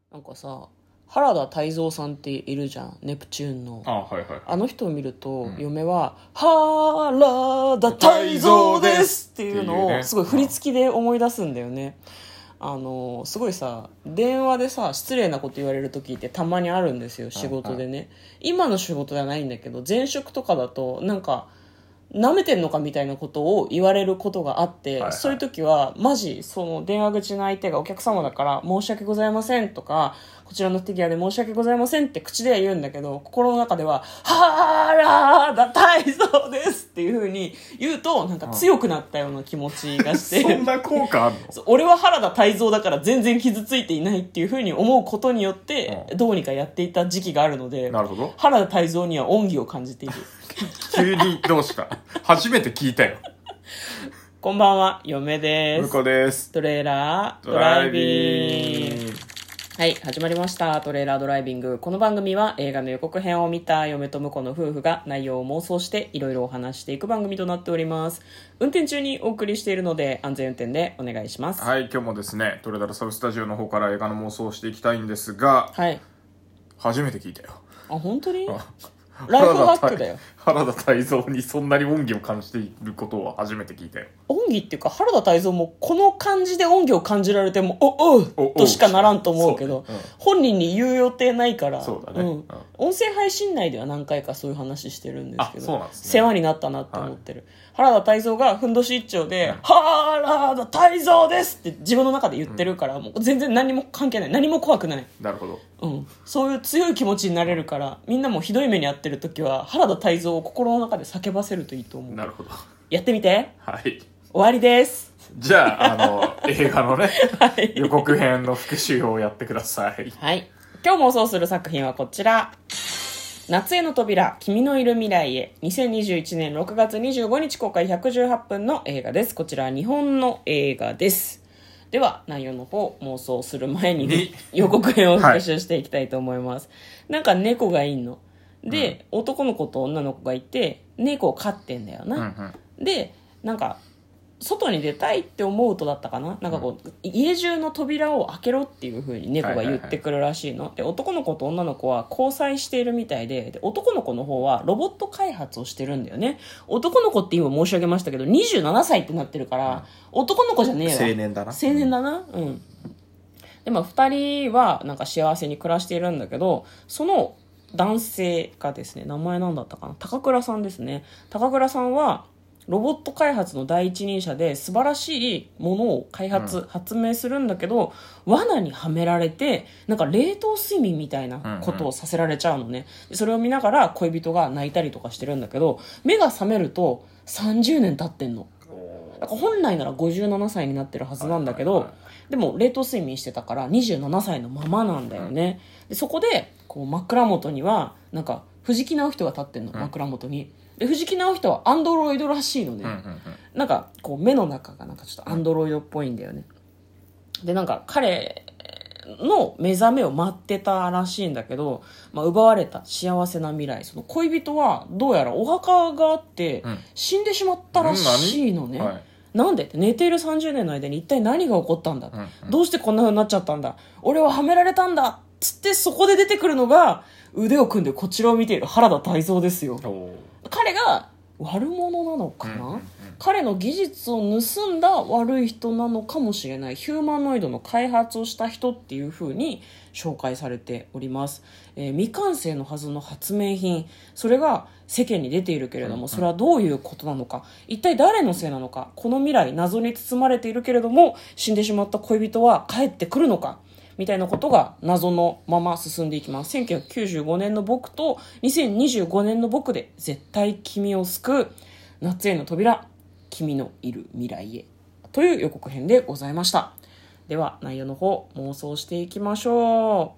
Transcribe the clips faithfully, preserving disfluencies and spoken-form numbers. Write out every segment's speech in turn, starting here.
なんかさ、原田泰造さんっているじゃん、ネプチューンの。 あ、はいはい。 あの人を見ると、 うん嫁は「原田泰造です」っていうのをすごい振り付きで思い出すんだよね。あのすごいさ、電話でさ失礼なこと言われる時ってたまにあるんですよ、仕事でね。今の仕事じゃないんだけど、前職とかだとなんか舐めてんのかみたいなことを言われることがあって、はいはい、そういう時はマジその電話口の相手がお客様だから申し訳ございませんとか、こちらの手際で申し訳ございませんって口では言うんだけど、心の中では原田泰造ですっていう風に言うと、なんか強くなったような気持ちがしてそんな効果あるの？ 俺は原田泰造だから全然傷ついていないっていう風に思うことによってどうにかやっていた時期があるので、 なるほど。 原田泰造には恩義を感じている。 急にどうした？初めて聞いたよ。 こんばんは、嫁です。 向こうです。 トレーラードライビング。はい、始まりました。トレーラードライビング。この番組は映画の予告編を見た嫁と婿の夫婦が内容を妄想していろいろお話していく番組となっております。運転中にお送りしているので安全運転でお願いします。 はい、今日もですね、トレーラーサブスタジオの方から映画の妄想をしていきたいんですが、 はい。 初めて聞いたよ。 あ、本当に？ライフハックだよ。 原田泰造にそんなに恩義を感じていることを初めて聞いたよ。 恩義っていうか、原田泰造もこの感じで恩義を感じられてもおおうとしかならんと思うけど、う、うん、本人に言う予定ないから。 そうだね、うん、 音声配信内では何回かそういう話してるんですけど、 そうなんですね、 世話になったなって思ってる、はい、原田泰造がふんどし一丁で、うん、原田泰造ですって自分の中で言ってるから、うん、もう全然何も関係ない、何も怖くない。 なるほど、 うん、そういう強い気持ちになれるから、みんなもひどい目に遭ってる時は原田泰造を心の中で叫ばせるといいと思う。 なるほど、 やってみて。 はい、終わりです。 じゃあ、あの映画のね、 はい、 予告編の復習をやってください。 はい、今日妄想する作品はこちら。夏への扉、君のいる未来へ。にせんにじゅういちねんろくがつにじゅうごにち公開ひゃくじゅうはっぷんの映画です。こちらは日本の映画です。では内容の方妄想する前に予告編を復習していきたいと思います、はい、なんか猫がいんので、うん、男の子と女の子がいて猫を飼ってんだよな、うんうん、でなんか外に出たいって思うとだったかな、なんかこう、うん、家中の扉を開けろっていう風に猫が言ってくるらしいの、はいはいはい、で男の子と女の子は交際しているみたい で, で男の子の方はロボット開発をしてるんだよね。男の子って今申し上げましたけどにじゅうななさいってなってるから、うん、男の子じゃねえわ。 青年だな。 青年だな。うん。でまあふたりはなんか幸せに暮らしているんだけど、その男性がですね、名前なんだったかな、高倉さんですね。高倉さんはロボット開発の第一人者で素晴らしいものを開発、うん、発明するんだけど、罠にはめられてなんか冷凍睡眠みたいなことをさせられちゃうのね、うんうん、それを見ながら恋人が泣いたりとかしてるんだけど、目が覚めるとさんじゅうねん経ってんの。だから本来ならごじゅうななさいになってるはずなんだけど、はいはいはい、でも冷凍睡眠してたからにじゅうななさいのままなんだよね、うん、でそこでこう枕元にはなんか藤木直人が立ってんの、うん、枕元に。で藤木直人はアンドロイドらしいのね、うんうんうん、なんかこう目の中がなんかちょっとアンドロイドっぽいんだよね。でなんか彼の目覚めを待ってたらしいんだけど、まあ、奪われた幸せな未来、その恋人はどうやらお墓があって死んでしまったらしいのね、うんはい、なんでって、寝ているさんじゅうねんの間に一体何が起こったんだ、うんうん、どうしてこんな風になっちゃったんだ、俺ははめられたんだつって、そこで出てくるのが腕を組んでこちらを見ている原田泰造ですよ。彼が悪者なのかな、うんうんうん、彼の技術を盗んだ悪い人なのかもしれない、ヒューマノイドの開発をした人っていう風に紹介されております、えー、未完成のはずの発明品、それが世間に出ているけれども、それはどういうことなのか、一体誰のせいなのか、この未来謎に包まれているけれども死んでしまった恋人は帰ってくるのかみたいなことが謎のまま進んでいきます。せんきゅうひゃくきゅうじゅうごねんの僕とにせんにじゅうごねんの僕で絶対君を救う夏への扉、君のいる未来へという予告編でございました。では内容の方妄想していきましょ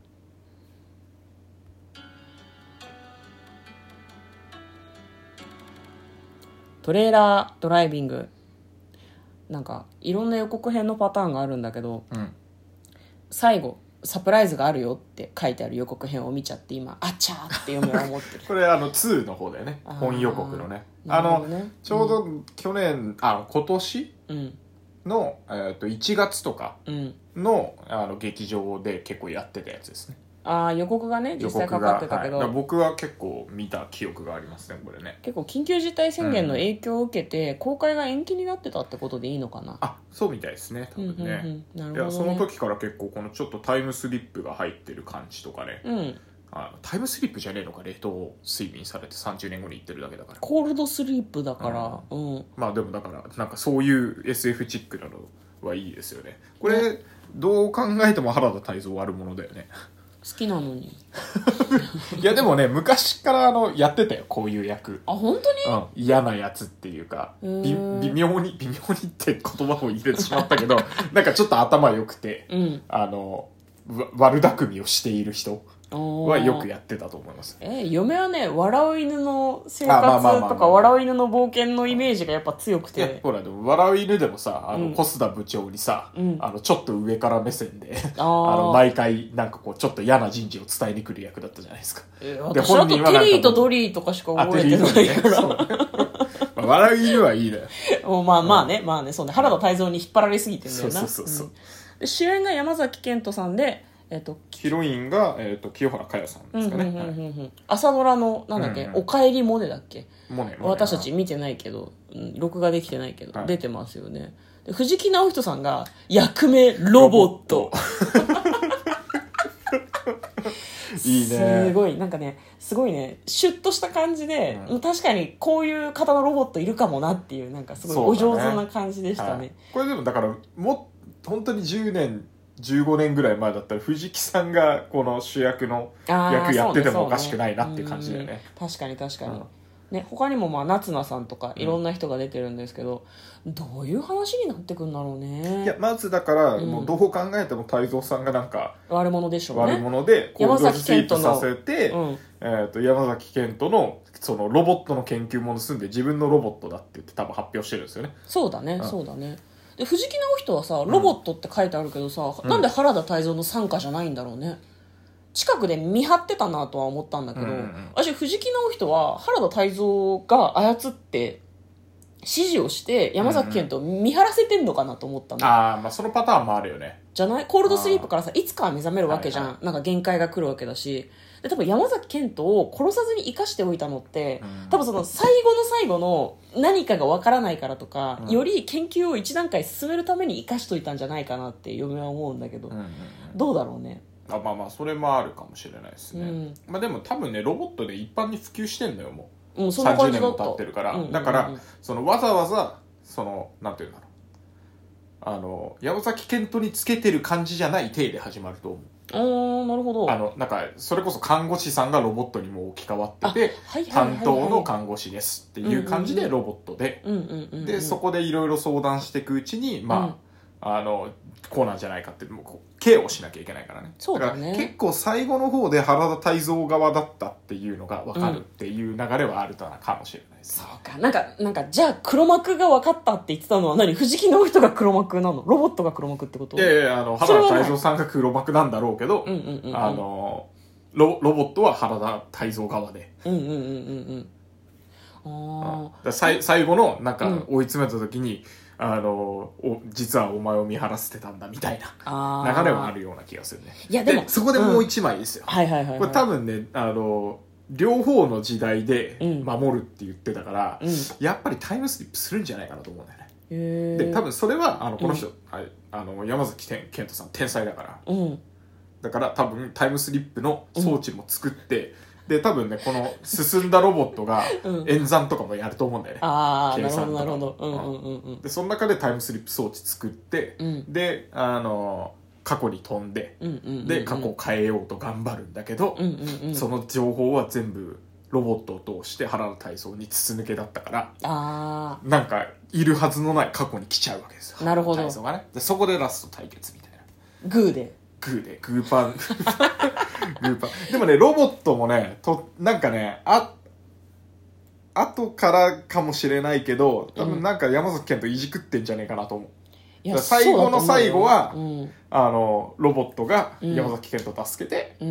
う。トレーラードライビング、なんかいろんな予告編のパターンがあるんだけど、うん最後サプライズがあるよって書いてある予告編を見ちゃって今あっちゃーって嫁は思ってるこれあのにの方だよね、本予告のね。あの、ね、ちょうど去年、うん、あ今年の、えー、といちがつとかのあの劇場で結構やってたやつですね。 ああ予告がね実際かかってたけど、 はい、僕は結構見た記憶がありますねこれね。 結構緊急事態宣言の影響を受けて、うん、公開が延期になってたってことでいいのかな。 あそうみたいですね多分ね、うんうんうん、なるほどね。いやその時から結構このちょっとタイムスリップが入ってる感じとかね、 うん、 あタイムスリップじゃねえのか、冷凍睡眠されてさんじゅうねんごに行ってるだけだから、 コールドスリープだから、うんうん、 まあでもだからなんかそういう エスエフ チックなのはいいですよねこれ、ね、どう考えても原田泰造悪者だよね。 好きなのにいやでもね昔からあのやってたよこういう役。 あ本当に、 うん、嫌なやつっていうかび微妙に微妙にって言葉を入れてしまったけどなんかちょっと頭良くて、 うん、 あの悪巧みをしている人はよくやってたと思います。 えー、嫁はね笑う犬の生活とか笑う犬の冒険のイメージがやっぱ強くて、 ほらでも笑う犬でもさあの、うん、小須田部長にさ、うん、あのちょっと上から目線であの毎回なんかこうちょっと嫌な人事を伝えに来る役だったじゃないですか。 えー、私あとテリーとドリーとかしか覚えてないから、ね、 まあ、笑う犬はいいだよもうまあまあね、うん、まあねそうね原田泰造に引っ張られすぎてんだよな。 そうそうそうそう、 うん、主演が山崎賢人さんでえー、とヒロインが、えー、と清原果耶さんですかね、うんうんうんうん、 朝ドラのなんだっけ、うんうん、おかえりモネだっけ、 モネ私たち見てないけど、うん、録画できてないけど、はい、出てますよね。で藤木直人さんが役名ロボットいいね。すごいなんかねすごいねシュッとした感じで、うん、確かにこういう方のロボットいるかもなっていうなんかすごいお上手な感じでしたね、はい、 これでもだからも本当にじゅうねんじゅうごねんぐらい前だったら藤木さんがこの主役の役やっててもおかしくないなっていう感じだよね。 ね確かに確かに、うんね、他にもまあ夏菜さんとかいろんな人が出てるんですけど、うん、どういう話になってくんだろうね。 いやまずだから、うん、もうどう考えても泰造さんがなんか悪者でしょうね。 悪者で山崎賢人のさせて、うんえー、と山崎賢人のそのロボットの研究も盗んで自分のロボットだって言って多分発表してるんですよね。 そうだね、うん、そうだね。で藤木直人はさロボットって書いてあるけどさ、うん、なんで原田泰造の傘下じゃないんだろうね。近くで見張ってたなとは思ったんだけど、うんうん、私藤木直人は原田泰造が操って指示をして山崎賢人を見張らせてんのかなと思ったの、 うんうん、ああまあそのパターンもあるよね。 じゃないコールドスリープからさいつかは目覚めるわけじゃん、はいはい、なんか限界が来るわけだしで多分山崎賢人を殺さずに生かしておいたのって、うん、多分その最後の最後の何かがわからないからとか、うん、より研究を一段階進めるために生かしといたんじゃないかなって嫁は思うんだけど、うんうんうん、どうだろうね。 あまあまあそれもあるかもしれないですね、うんまあ、でも多分ねロボットで一般に普及してんのよもう、うん、そんな感じだったさんじゅうねんも経ってるから、うんうんうん、だからそのわざわざそのなんていうんだろうあの山崎賢人につけてる感じじゃない体で始まると思う。 あーなるほど。 あのなんかそれこそ看護師さんがロボットにも置き換わってて、はいはいはいはい、担当の看護師ですっていう感じでロボットで、うんうんうんうん、でそこでいろいろ相談していくうちにまあ、うんあのこうなんじゃないかってもうこうケアをしなきゃいけないからね。 そうだね。 だから結構最後の方で原田泰造側だったっていうのが分かるっていう流れはあるかもしれないです、 うん、そうかなんかなんかじゃあ黒幕が分かったって言ってたのは何藤木の人が黒幕なのロボットが黒幕ってこと？ いやいやあの原田泰造さんが黒幕なんだろうけど、うんうんうんうん、あの ロ, ロボットは原田泰造側でうんうんうんうんうんあ、 うん、最, 最後のなんか追い詰めた時に、うんあの実はお前を見張らせてたんだみたいな流れはあるような気がするね。 いやでもでそこでもう一枚ですよ、 うんはいはいはいはい、 これ多分ねあの両方の時代で守るって言ってたから、うん、やっぱりタイムスリップするんじゃないかなと思うんだよね。へで多分それはあのこの人、うんはい、あの山崎賢人さん天才だから、うん、だから多分タイムスリップの装置も作って、うんで多分ねこの進んだロボットが演算とかもやると思うんだよね、 うん、ああなるほどなるほど、うんうんうんうん、 でその中でタイムスリップ装置作って、うん、であの過去に飛んで、うんうんうんうん、で過去を変えようと頑張るんだけど、うんうんうん、その情報は全部ロボットを通して原田泰造に筒抜けだったからあなんかいるはずのない過去に来ちゃうわけですよ。 なるほど。 泰造がねでそこでラスト対決みたいなグーでグーでグーパングーパンでもねロボットもねとなんかねあ後からかもしれないけど多分なんか山崎賢人いじくってんじゃねえかなと思う、いや最後の最後は、うん、あのロボットが山崎賢人を助けて、うん、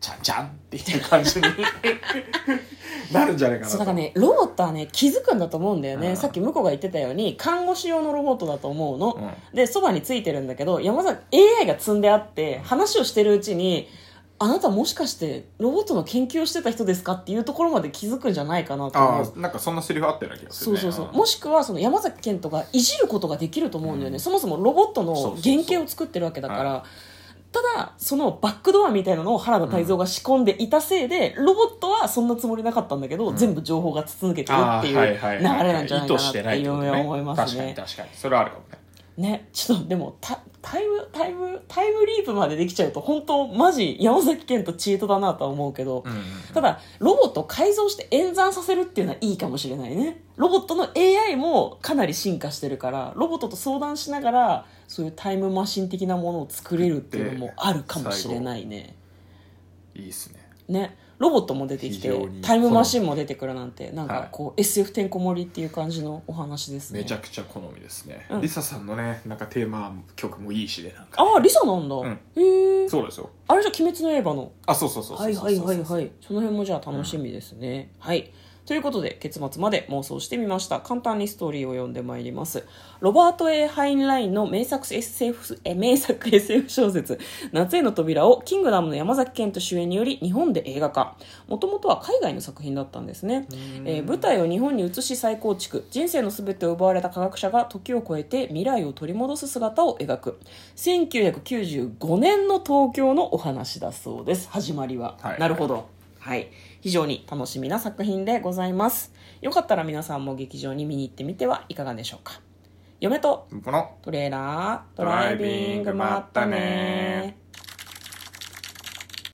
ちゃんちゃんっていう感じになるんじゃないかなと。 そうだからね、ロボットはね気づくんだと思うんだよね、うん、さっき向こうが言ってたように看護師用のロボットだと思うの、うん、でそばについてるんだけど山崎 エーアイ が積んであって話をしてるうちにあなたもしかしてロボットの研究をしてた人ですかっていうところまで気づくんじゃないかなと思う。 あなんかそんなセリフあったような気がするね。 そうそうそう。もしくはその山崎賢人がいじることができると思うんだよね、うん、そもそもロボットの原型を作ってるわけだから。そうそうそう、はい、ただそのバックドアみたいなのを原田泰造が仕込んでいたせいで、うん、ロボットはそんなつもりなかったんだけど、うん、全部情報が筒抜けてるっていう流れなんじゃないかなっていう思いますね。 確かに確かにそれはあるかもね。 ね、ちょっとでもタタイムタイムタイムリープまでできちゃうと本当マジ山崎賢人チートだなとは思うけど、うんうんうん、ただロボットを改造して演算させるっていうのはいいかもしれないね。ロボットの エーアイ もかなり進化してるからロボットと相談しながらそういうタイムマシン的なものを作れるっていうのもあるかもしれないね。 いいっすね。 ね、ロボットも出てきてタイムマシンも出てくるなんてなんかこう、はい、エスエフ てんこ盛りっていう感じのお話ですね。 めちゃくちゃ好みですね、うん、リサさんのねなんかテーマ曲もいいしで、ね、なんか、ね、ああリサなんだ、うん、へえ。 そうですよ。 あれじゃ鬼滅の刃の。 あそうそうそうそうはいはいはいはい。その辺もじゃあ楽しみですね、うん、はい。ということで結末まで妄想してみました。簡単にストーリーを読んでまいります。ロバート A ハインラインの名作 エスエフ え名作 エスエフ 小説夏への扉をキングダムの山崎賢人主演により日本で映画化。もともとは海外の作品だったんですね、えー、舞台を日本に移し再構築。人生の全てを奪われた科学者が時を超えて未来を取り戻す姿を描くせんきゅうひゃくきゅうじゅうごねんの東京のお話だそうです。始まりは、はい、なるほど。はい、非常に楽しみな作品でございます。よかったら皆さんも劇場に見に行ってみてはいかがでしょうか。嫁とトレーラードライビング、まったね。